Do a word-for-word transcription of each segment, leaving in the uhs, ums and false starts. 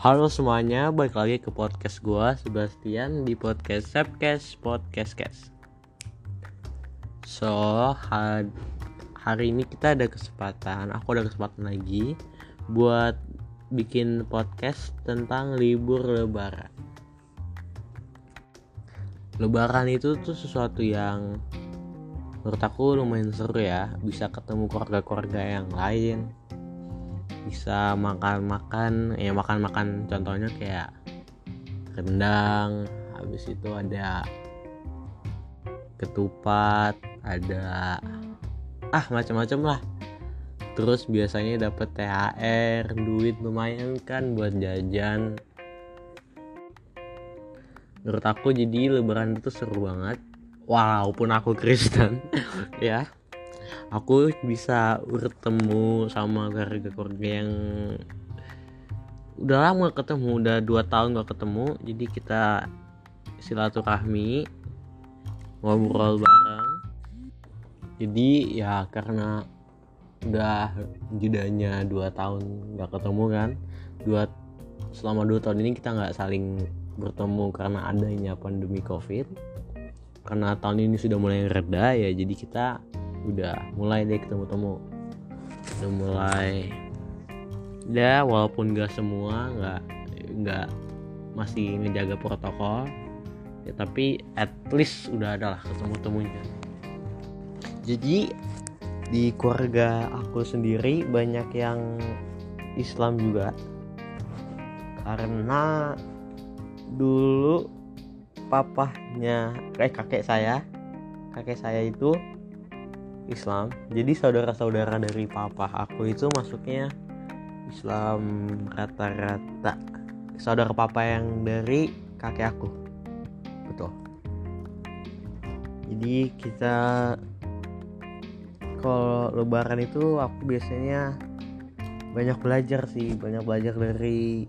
Halo semuanya, balik lagi ke podcast gue, Sebastian, di podcast Sepcast Podcast Cast. So, had, hari ini kita ada kesempatan, aku ada kesempatan lagi buat bikin podcast tentang libur lebaran. Lebaran itu tuh sesuatu yang menurut aku lumayan seru ya, bisa ketemu keluarga-keluarga yang lain, bisa makan-makan, ya makan-makan contohnya kayak rendang, habis itu ada ketupat, ada ah macam-macam lah. Terus biasanya dapat T H R, duit lumayan kan buat jajan. Menurut aku jadi lebaran itu seru banget, walaupun aku Kristen ya. Aku bisa bertemu sama keluarga-keluarga yang udah lama ketemu, udah dua tahun gak ketemu. Jadi kita silaturahmi, ngobrol bareng. Jadi ya karena udah jedanya dua tahun gak ketemu kan, dua selama dua tahun ini kita gak saling bertemu karena adanya pandemi COVID. Karena tahun ini sudah mulai reda ya, jadi kita udah mulai deh ketemu-temu, udah mulai ya, walaupun gak semua, gak gak masih ngejaga protokol ya, tapi at least udah ada lah ketemu-temunya. Jadi di keluarga aku sendiri banyak yang Islam juga, karena dulu papahnya kayak kakek saya kakek saya itu Islam. Jadi saudara-saudara dari papa aku itu masuknya Islam rata-rata. Saudara papa yang dari kakek aku, betul. Jadi kita kalau lebaran itu aku biasanya banyak belajar sih, banyak belajar dari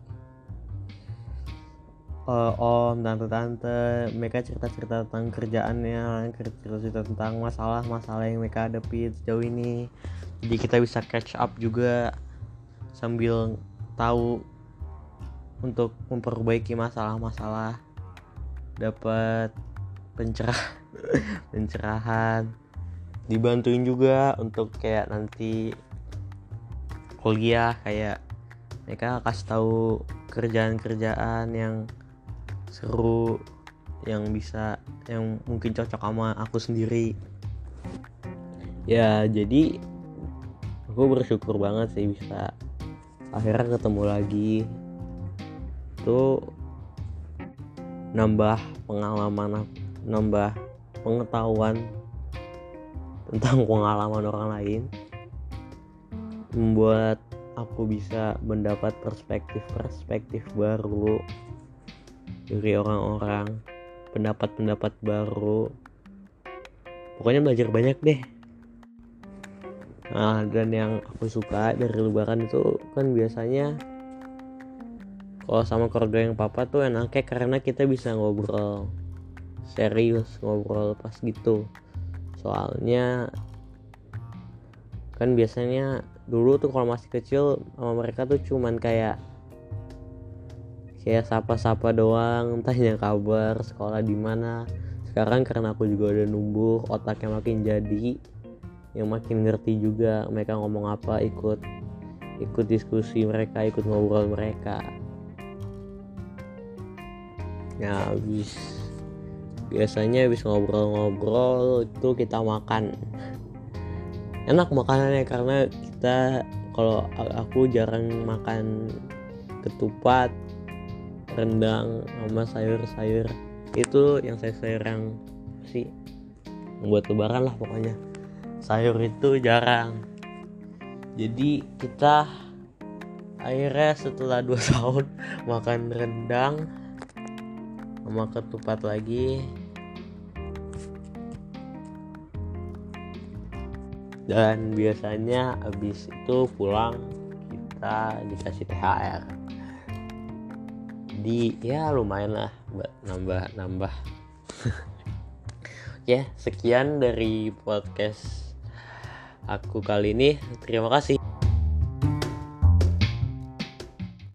Uh, om, tante-tante, mereka cerita-cerita tentang kerjaannya, cerita-cerita tentang masalah-masalah yang mereka hadapi sejauh ini. Jadi kita bisa catch up juga sambil tahu untuk memperbaiki masalah-masalah, dapat pencerah pencerahan, dibantuin juga untuk kayak nanti kuliah, kayak mereka kasih tahu kerjaan-kerjaan yang seru, yang bisa, yang mungkin cocok sama aku sendiri ya. Jadi aku bersyukur banget sih bisa akhirnya ketemu lagi. Itu nambah pengalaman, nambah pengetahuan tentang pengalaman orang lain, membuat aku bisa mendapat perspektif-perspektif baru dari orang-orang, pendapat-pendapat baru. Pokoknya belajar banyak deh. Nah, dan yang aku suka dari lebaran itu kan biasanya kalau sama keluarga yang papa tuh enaknya karena kita bisa ngobrol serius, ngobrol pas gitu. Soalnya kan biasanya dulu tuh kalau masih kecil sama mereka tuh cuman kayak kayak sapa-sapa doang, tanya kabar, sekolah di mana. Sekarang karena aku juga udah numbuh, otaknya makin jadi, yang makin ngerti juga mereka ngomong apa, ikut ikut diskusi mereka, ikut ngobrol mereka. Ya habis biasanya habis ngobrol-ngobrol itu kita makan. Enak makanannya karena kita, kalau aku jarang makan ketupat, rendang sama sayur-sayur. Itu yang sayur-sayur yang sih buat lebaran lah pokoknya. Sayur itu jarang. Jadi kita akhirnya setelah dua tahun makan rendang sama ketupat lagi. Dan biasanya habis itu pulang kita dikasih T H R. Jadi ya lumayan lah buat nambah-nambah. Ya, sekian dari podcast aku kali ini. Terima kasih.